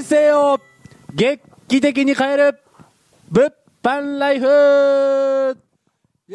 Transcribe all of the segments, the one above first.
人生を劇的に変える物販ライフイ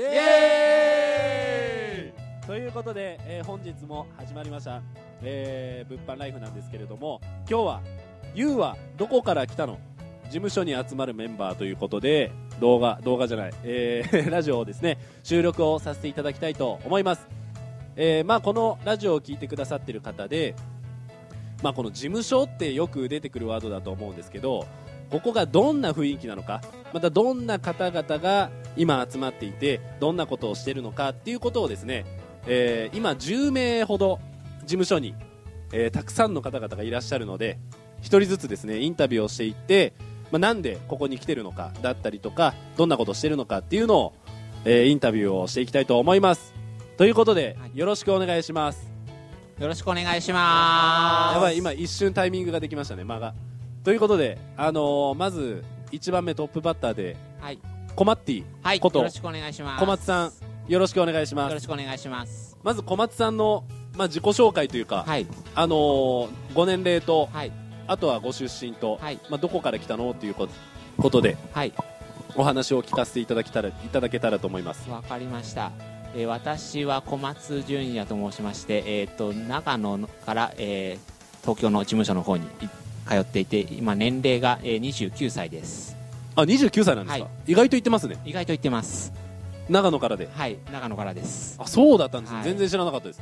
エーイということで、本日も始まりました、物販ライフなんですけれども、今日はユウはどこから来たの事務所に集まるメンバーということで動画じゃない、ラジオをですね収録をさせていただきたいと思います。このラジオを聞いてくださっている方で、この事務所ってよく出てくるワードだと思うんですけど、ここがどんな雰囲気なのか、またどんな方々が今集まっていてどんなことをしているのかっていうことをですね、今10名ほど事務所に、たくさんの方々がいらっしゃるので、一人ずつですねインタビューをしていって、なんでここに来てるのかだったりとか、どんなことをしてるのかっていうのを、インタビューをしていきたいと思います。ということで、よろしくお願いします。 よろしくお願いします。 やばい、今一瞬タイミングができましたね、間が。ということで、まず1番目トップバッターで、コマッティこと、 よろしくお願いします。 小松さん、よろしくお願いします。 よろしくお願いします。 まず小松さんの、自己紹介というか、ご年齢と、あとはご出身と、どこから来たのっていうことで、お話を聞かせていただけたらと思います。 わかりました。私は小松純也と申しまして、長野から、東京の事務所の方に通っていて、今年齢が、29歳です。 あ、29歳なんですか。意外と言ってますね。 意外と言ってます。 長野からで。 長野からです。 あ、そうだったんですね。全然知らなかったです。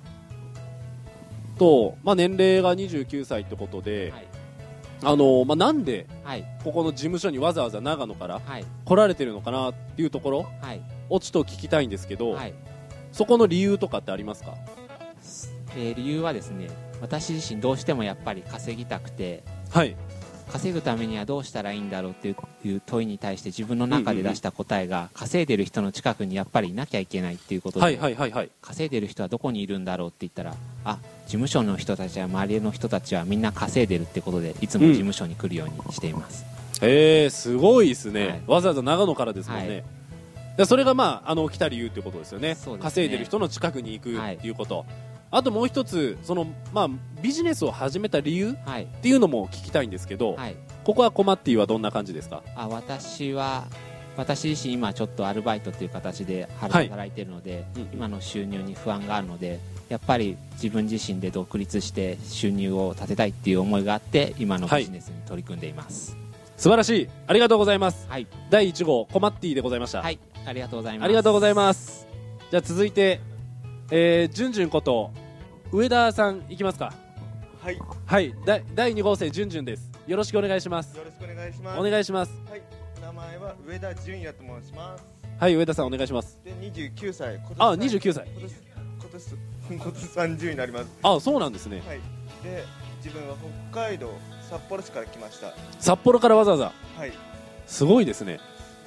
と、年齢が29歳ってことで、なんで、ここの事務所にわざわざ長野から来られてるのかなっていうところをちょっと聞きたいんですけど、そこの理由とかってありますか？ 理由はですね、私自身どうしてもやっぱり稼ぎたくて、稼ぐためにはどうしたらいいんだろうっていう問いに対して自分の中で出した答えが、稼いでる人の近くにやっぱりいなきゃいけないっていうことで、稼いでる人はどこにいるんだろうって言ったら、事務所の人たちや周りの人たちはみんな稼いでるってことで、いつも事務所に来るようにしています。 すごいですね、わざわざ長野からですもんね。それが来た理由っていうことですよね。稼いでる人の近くに行くっていうこと、あともう一つ、ビジネスを始めた理由っていうのも聞きたいんですけど、ここはコマッティはどんな感じですか？ 私自身今ちょっとアルバイトという形で働いているので、今の収入に不安があるので、やっぱり自分自身で独立して収入を立てたいっていう思いがあって、今のビジネスに取り組んでいます。 素晴らしい、ありがとうございます。第1号コマッティでございました。 ありがとうございます。 ありがとうございます。じゃあ続いて、じゅんじゅんこと上田さんいきますか。第2号生じゅんじゅんです。よろしくお願いします。 よろしくお願いします。 お願いします。 名前は上田純也と申します。 上田さんお願いします。 で、29歳。 29歳。 今年30になります。 そうなんですね。 で、自分は北海道札幌市から来ました。 札幌からわざわざ。すごいですね。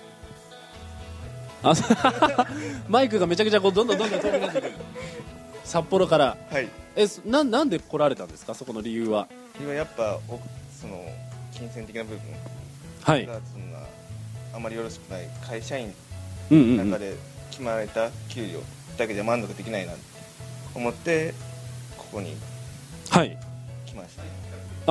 マイクがめちゃくちゃどんどん遠くなってくる。札幌から。なんで来られたんですか、そこの理由は。 理由はやっぱその金銭的な部分がそんなあまりよろしくない会社員の中で決まられた給料だけで満足できないなと思って、ここに来ました。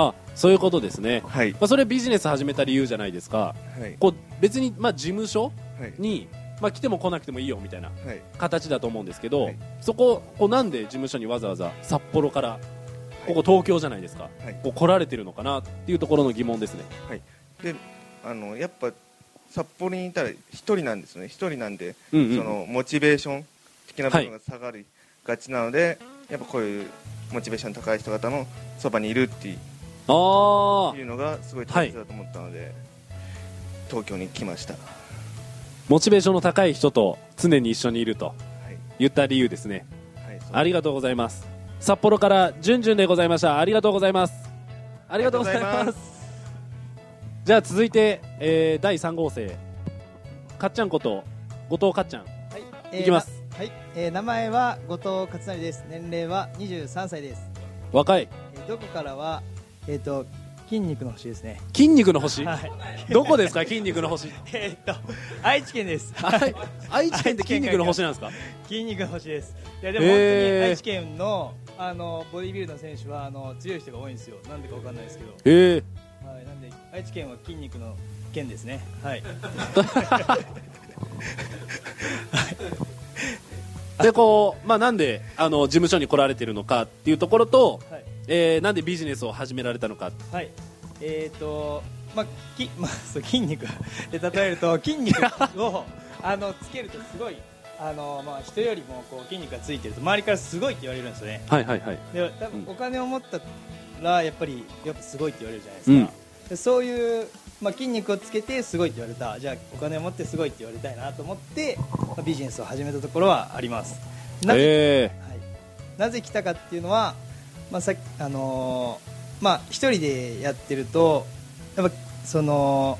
そういうことですね。それビジネス始めた理由じゃないですか。別に事務所に来ても来なくてもいいよみたいな形だと思うんですけど、そこなんで事務所にわざわざ札幌からここ東京じゃないですか、来られてるのかなっていうところの疑問ですね。 で、やっぱ札幌にいたら一人なんですね。一人なんで、そのモチベーション的な部分が下がりがちなので、やっぱこういうモチベーション高い人方のそばにいるっていうのがすごい大切だと思ったので、東京に来ました。 モチベーションの高い人と常に一緒にいると言った理由ですね。ありがとうございます。札幌からじゅんじゅんでございました。ありがとうございます。ありがとうございます。じゃあ続いて、第3号生かっちゃんこと後藤かっちゃん、いきます。 名前は後藤勝成です。年齢は23歳です。 若い。 どこからは筋肉の星ですね。 筋肉の星、どこですか筋肉の星。 愛知県です。 愛知県って筋肉の星なんですか。 筋肉の星です。いやでも本当に愛知県のボディビルの選手は強い人が多いんですよ。なんでかわかんないですけど。 愛知県は筋肉の県ですね。はいでこう、なんで事務所に来られてるのかっていうところと、 はい、 なんでビジネスを始められたのか。 はい、そう筋肉で例えると筋肉をつけるとすごい人よりもこう筋肉がついてると周りからすごいって言われるんですよね。 はいはいはい。 で多分お金を持ったらやっぱすごいって言われるじゃないですか、でそういう、筋肉をつけてすごいって言われた、じゃあお金を持ってすごいって言われたいなと思って、ビジネスを始めたところはあります。なぜ来たかっていうのは、一人でやってるとやっぱその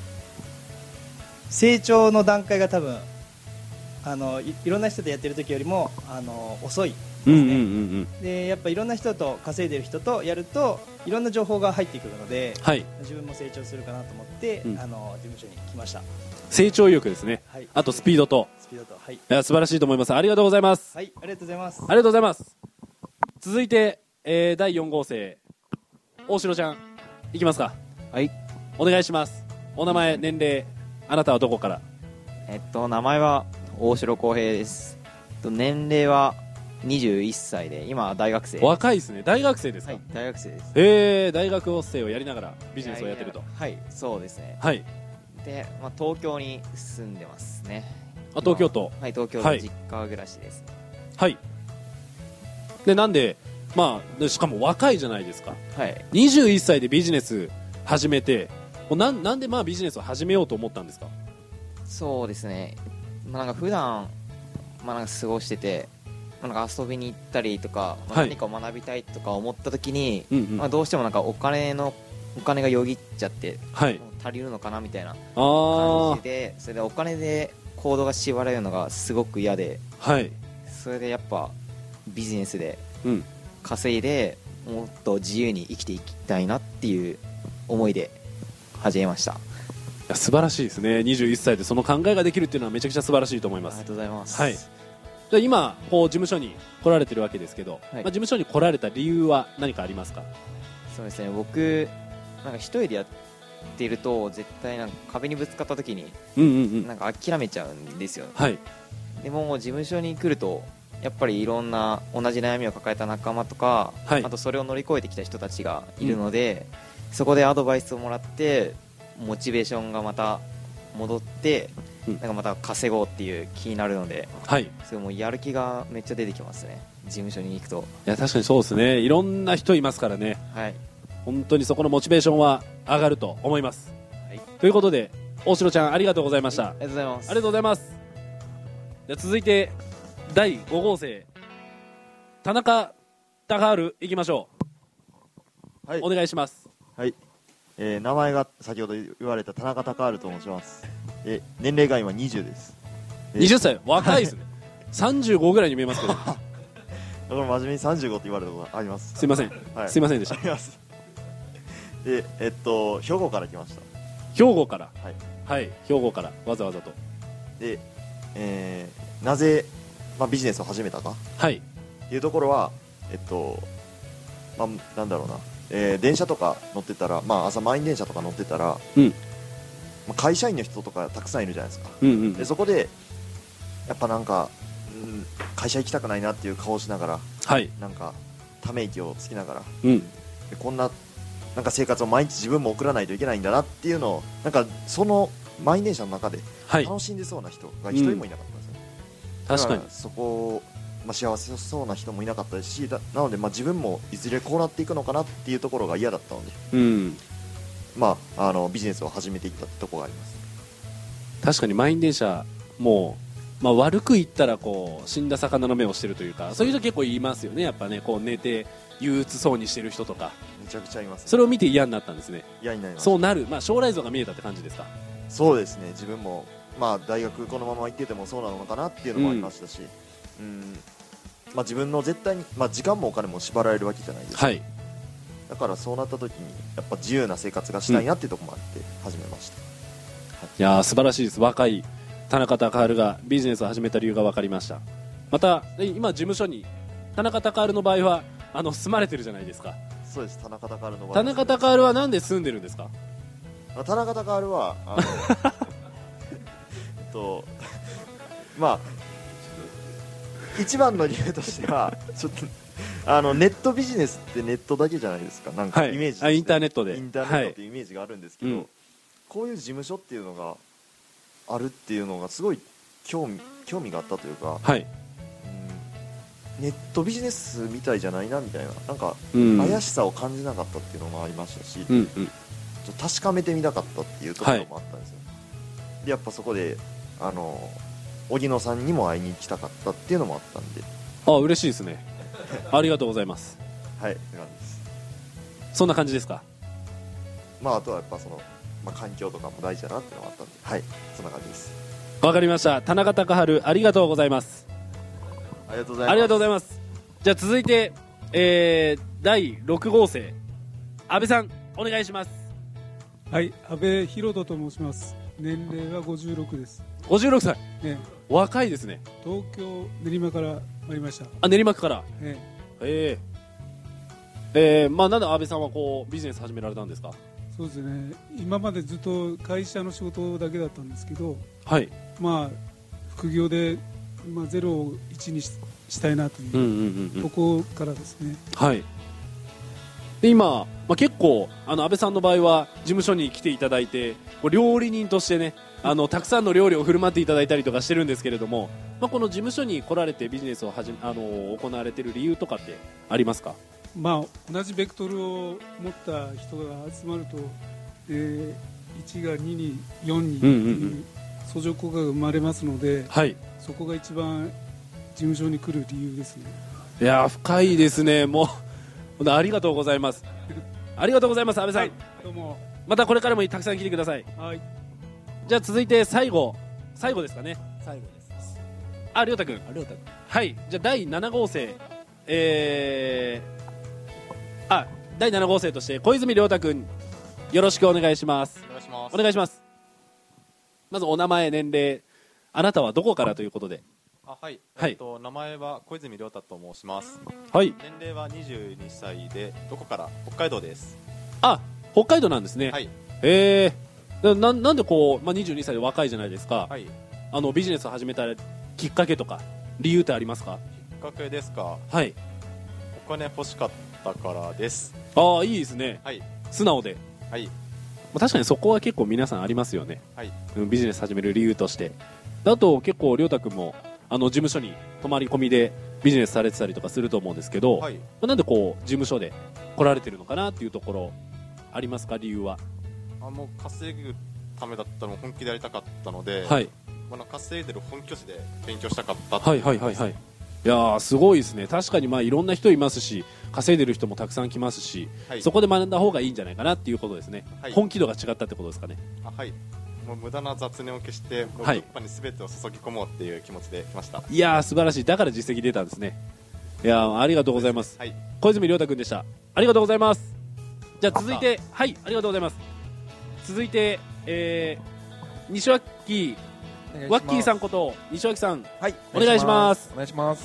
成長の段階が多分いろんな人とやってる時よりも遅いですね。でやっぱいろんな人と稼いでる人とやるといろんな情報が入ってくるので、はい、自分も成長するかなと思って、事務所に来ました。 成長意欲ですね、はい、あとスピードと、 はい、 いや素晴らしいと思います。ありがとうございます。 はい、ありがとうございます。 ありがとうございます。続いて、第4号生大城ちゃんいきますか。 はい、 お願いします。お名前、年齢、あなたはどこから。 名前は大城康平です。年齢は21歳で今大学生。 若いですね。大学生ですか。 はい、大学生です。 大学生をやりながらビジネスをやってると。 はい、そうですね。 はい。 で、東京に住んでますね。 東京都。 はい、東京の実家暮らしです。 はい。でなんでしかも若いじゃないですか。 はい。 21歳でビジネス始めて、なんでビジネスを始めようと思ったんですか。 そうですね。なんか普段なんか過ごしてて、なんか遊びに行ったりとか、何かを学びたいとか思った時に、どうしてもなんかお金がよぎっちゃって、足りるのかなみたいな感じで、それでお金で行動が縛られるのがすごく嫌で、それでやっぱビジネスで稼いでもっと自由に生きていきたいなっていう思いで始めました。 いや素晴らしいですね。21歳でその考えができるっていうのはめちゃくちゃ素晴らしいと思います。 ありがとうございます。 はい。で今事務所に来られてるわけですけど、事務所に来られた理由は何かありますか。 そうですね、僕なんか一人でやっていると絶対なんか壁にぶつかった時になんか諦めちゃうんですよ。 はい。 でも事務所に来るとやっぱりいろんな同じ悩みを抱えた仲間とか、あとそれを乗り越えてきた人たちがいるので、そこでアドバイスをもらってモチベーションがまた戻って、なんかまた稼ごうっていう気になるので、それもうやる気がめっちゃ出てきますね、事務所に行くと。 いや確かにそうですね。いろんな人いますからね。 はい。 本当にそこのモチベーションは上がると思います。 はい。 ということで大城ちゃんありがとうございました。 ありがとうございます。 ありがとうございます。じゃ続いて第5号生田中孝治いきましょう。はい。お願いします。 はい。名前が先ほど言われた田中孝治と申します。年齢が今20です。 20歳若いですね。35ぐらいに見えますけど。 真面目に35って言われたことがあります。 すいません、すいませんでした。 あります。で兵庫から来ました。 兵庫から。はい、兵庫からわざわざと。 で、なぜ、ビジネスを始めたかっていうところはなんだろうな、電車とか乗ってたら、朝満員電車とか乗ってたら、会社員の人とかたくさんいるじゃないですか。でそこでやっぱなんか、会社行きたくないなっていう顔をしながら、なんかため息をつきながら、でこんななんか生活を毎日自分も送らないといけないんだなっていうのを、なんかその満員電車の中で楽しんでそうな人が一人もいなかったんですよ。 確かにそこ幸せそうな人もいなかったですし、なので自分もいずれこうなっていくのかなっていうところが嫌だったので、ビジネスを始めていったってところがあります。 確かに満員電車も悪く言ったら死んだ魚の目をしてるというか、そういう人結構いますよね。やっぱね、寝て憂鬱そうにしてる人とかめちゃくちゃいます、ね。 それを見て嫌になったんですね。 嫌になります。 そうなる、将来像が見えたって感じですか。 そうですね。自分も大学このまま行っててもそうなのかなっていうのもありましたし、自分の絶対に、時間もお金も縛られるわけじゃないですか。だからそうなった時にやっぱ自由な生活がしたいなっていうところもあって始めました。 いやー素晴らしいです。若い田中孝治がビジネスを始めた理由が分かりました。また今事務所に田中孝治の場合は住まれてるじゃないですか。 そうです。田中孝治の場合、 田中孝治はなんで住んでるんですか。 田中孝治はまあ一番の理由としてはちょっとネットビジネスってネットだけじゃないですか、なんかイメージとして、 インターネットでインターネットっていうイメージがあるんですけど、こういう事務所っていうのがあるっていうのがすごい興味があったというか、ネットビジネスみたいじゃないなみたいな、なんか怪しさを感じなかったっていうのもありましたし、ちょっと確かめてみたかったっていうところもあったんですよ、でやっぱそこで荻野さんにも会いに行きたかったっていうのもあったんで、 嬉しいですねありがとうございます。 はい、って感じです。 そんな感じですか。 あとはやっぱ環境とかも大事だなっていうのがあったんで、はい、そんな感じです。 わかりました。田中孝治、ありがとうございます。 ありがとうございます。 ありがとうございます。じゃあ続いて、第6号生安倍さんお願いします。 はい、安倍博人と申します。年齢は56です。 56歳、若いですね。 東京練馬から参りました。 練馬区から。なんで安倍さんはこうビジネス始められたんですか。 そうですね、今までずっと会社の仕事だけだったんですけど、副業で、0を1にしたいなというところからですね。 で今、結構安倍さんの場合は事務所に来ていただいて料理人としてね、たくさんの料理を振る舞っていただいたりとかしてるんですけれども、この事務所に来られてビジネスを行われている理由とかってありますか。 同じベクトルを持った人が集まると、1が2に4にという相乗効果が生まれますので、そこが一番事務所に来る理由ですね。 いや深いですね。もうありがとうございます。ありがとうございます安倍さん、 どうも。 またこれからもたくさん来てください。じゃあ続いて最後ですかね。 最後です。 亮太君。はい、じゃあ第7号生第7号生として小泉亮太君よろしくお願いします。お願いします。まずお名前、年齢、あなたはどこからということで。 名前は小泉亮太と申します。 年齢は22歳で、どこから？北海道です。 北海道なんですね。なんでこう、22歳で若いじゃないですか。ビジネスを始めたきっかけとか理由ってありますか。 きっかけですか。お金欲しかったからです。 いいですね。素直で。確かにそこは結構皆さんありますよね。ビジネス始める理由として。あと結構亮太君も事務所に泊まり込みでビジネスされてたりとかすると思うんですけど、なんでこう事務所で来られてるのかなっていうところありますか、理由は。 もう稼ぐためだったのを本気でやりたかったので、稼いでる本拠地で勉強したかったっていう。 いやすごいですね。確かにいろんな人いますし、稼いでる人もたくさん来ますし、そこで学んだ方がいいんじゃないかなっていうことですね。本気度が違ったってことですかね。 もう無駄な雑念を消して、もう物販に全てを注ぎ込もうっていう気持ちで来ました。 いや素晴らしい。だから実績出たんですね。ありがとうございます。小泉亮太君でした。ありがとうございます。じゃあ続いて、ありがとうございます。続いて、西脇ワッキーさんこと西脇さん、お願いします。 お願いします。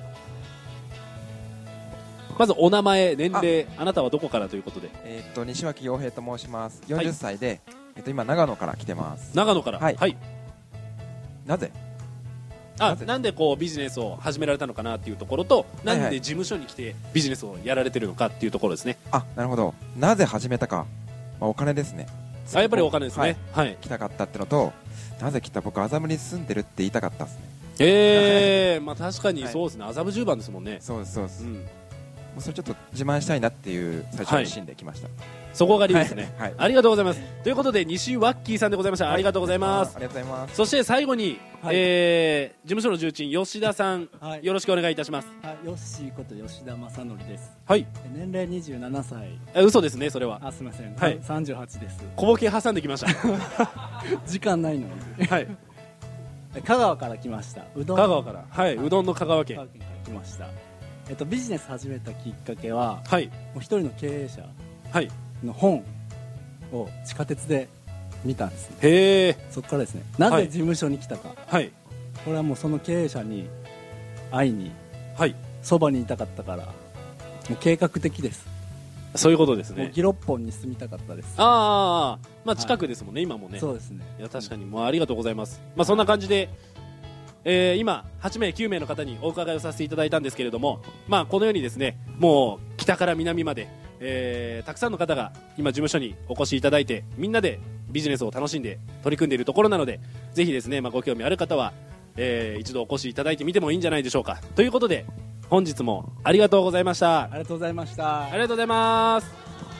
まずお名前、年齢、あなたはどこからということで。 西脇陽平と申します。40歳で、今長野から来てます。 長野から。なぜなんでこうビジネスを始められたのかなっていうところと、なんで事務所に来てビジネスをやられてるのかっていうところですね。 なるほど。なぜ始めたか、お金ですね。 やっぱりお金ですね。 来たかったってのと、なぜ来た、僕麻布に住んでるって言いたかったですね。確かにそうですね。麻布10番ですもんね。 そうです。それちょっと自慢したいなっていう最初のシーンで来ました。 そこが理由ですね。ありがとうございます。ということで西ワッキーさんでございました。ありがとうございます。 ありがとうございます。 そして最後に事務所の重鎮吉田さん、よろしくお願いいたします。 ヨッシーこと吉田正則です。年齢27 歳。嘘ですね、それは。 すみません。38です。 小ボケ挟んできました。 時間ないのに。香川から来ました。 香川から。うどんの香川県。 香川県から来ました。ビジネス始めたきっかけは、もう一人の経営者の本を地下鉄で見たんですね。そこからですね、なぜ事務所に来たか。これはもうその経営者に会いに、そばにいたかったから、もう計画的です。 そういうことですね。 ギロッポンに住みたかったです。 まあ近くですもんね、今もね。 そうですね。 いや確かに、もうありがとうございます。まあそんな感じで、今8名9名の方にお伺いをさせていただいたんですけれども、まあこのようにですね、もう北から南まで、たくさんの方が今事務所にお越しいただいて、みんなでビジネスを楽しんで取り組んでいるところなので、ぜひですね、まあご興味ある方は、一度お越しいただいてみてもいいんじゃないでしょうか。ということで本日もありがとうございました。 ありがとうございました。 ありがとうございます。